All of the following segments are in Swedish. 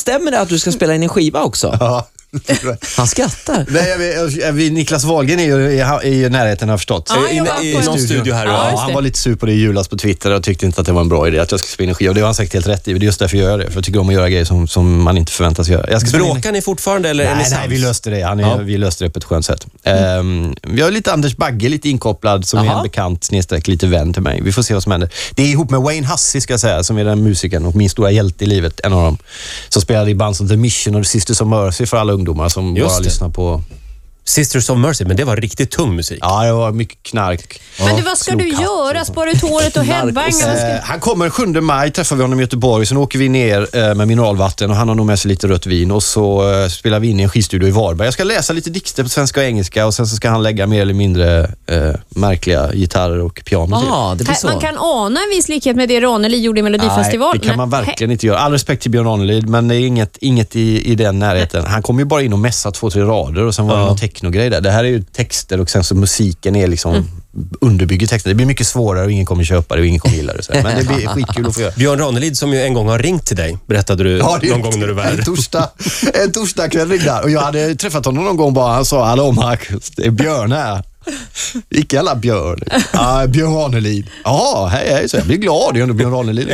stämmer det att du ska spela in en skiva också? Ja. Han skrattar. Nej, Niklas Wahlgren är i närheten, har jag förstått. I någon studio här. Ja, han var lite sur på det i julas på Twitter och tyckte inte att det var en bra idé att jag skulle spela in en skiva. Och det har han säkert helt rätt i. Det är just därför jag gör det. För jag tycker om att göra grejer som man inte förväntas göra. Bråkar ni fortfarande eller är ni sams? Nej, vi löste det. Vi löste det på ett skönt sätt. Vi har lite Anders Bagge lite inkopplad som är en bekant snedsträck, lite vän till mig. Vi får se vad som händer. Det är ihop med Wayne Hussey, ska jag säga, som är den musikern och min stora hjälte i livet, en av dem, som spelade i band som The Mission och Sisters of Mercy för alla ungdomar som bara lyssnar på Sisters of Mercy, men det var riktigt tung musik. Ja, det var mycket knark. Men vad ska du göra? Spara ut håret och headbanga? Han kommer 7 maj, träffar vi honom i Göteborg. Sen åker vi ner med mineralvatten och han har nog med sig lite rött vin. Och så spelar vi in i en skivstudio i Varberg. Jag ska läsa lite dikter på svenska och engelska. Och sen så ska han lägga mer eller mindre märkliga gitarrer och piano till. Det blir så. Man kan ana en viss likhet med det Ranelid gjorde i Melodifestivalen. Nej, det kan man verkligen inte göra. All respekt till Björn Ranelid, men det är inget i den närheten. Han kom ju bara in och mässade 2-3 rader och sen var det någon technogrej där. Det här är ju texter och sen så musiken är liksom underbygger texten. Det blir mycket svårare och ingen kommer köpa det och ingen kommer gilla det. Så. Men det blir skitkul att få göra. Björn Ranelid som ju en gång har ringt till dig, berättade du någon gång när du var här. En torsdagkväll ringde och jag hade träffat honom någon gång bara. Han sa, hallå Marcus, det är Björn här. Icke alla Björn. Björn Ranelid. Ja, hej. Så jag blir glad, det är ändå Björn Ranelid.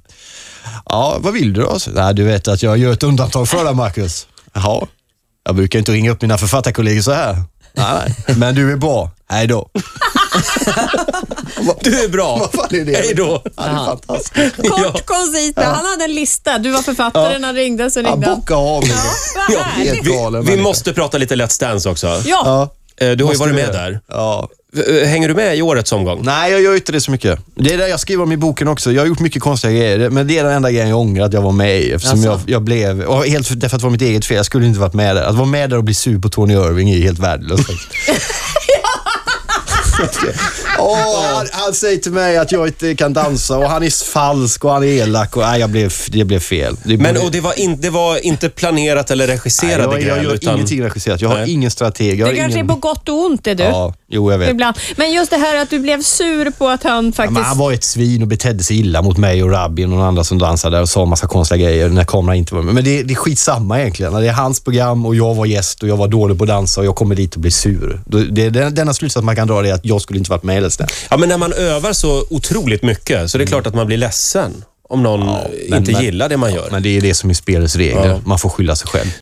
Ja, vad vill du då? Nej, du vet att jag gör ett undantag för dig, Marcus. Jaha. Jag brukar inte ringa upp mina författarkollegor så här. Nej, men du är bra. Hej då. Du är bra. Vad fan är det? Hej då. Ja, det är fantastiskt. Kort, koncist. Han hade en lista. Du var författaren, han ringde så ringde han. Bocka av mig. Vi måste prata lite Let's Dance också. Ja. Du har ju varit med där. Ja. Hänger du med i årets omgång? Nej, jag gör inte det så mycket. Det är det jag skriver om i boken också. Jag har gjort mycket konstiga grejer, men det är den enda grejen jag ångrar att jag var med i. Eftersom jag blev, och helt därför att det var mitt eget fel. Jag skulle inte varit med där. Att vara med där och bli sur på Tony Irving är helt värdelöst. Han säger till mig att jag inte kan dansa och han är falsk och han är elak och det blev fel. Och det var inte planerat eller regisserade grejer? Jag gör ingenting regisserat. Jag har ingen strateg. Det kanske är på gott och ont, är du? Ja, jo, jag vet. Ibland. Men just det här att du blev sur på att han faktiskt... Ja, han var ett svin och betedde sig illa mot mig och Rabin och någon andra som dansade där och sa massa konstiga grejer när kameran inte var med. Men det är skitsamma egentligen. Det är hans program och jag var gäst och jag var dålig på att dansa och jag kommer dit och blir sur. Denna slutsats man kan dra är att jag skulle inte varit med. Ja, men när man övar så otroligt mycket så är det klart att man blir ledsen om någon inte gillar det man gör. Men det är det som är spelets regler. Man får skylla sig själv.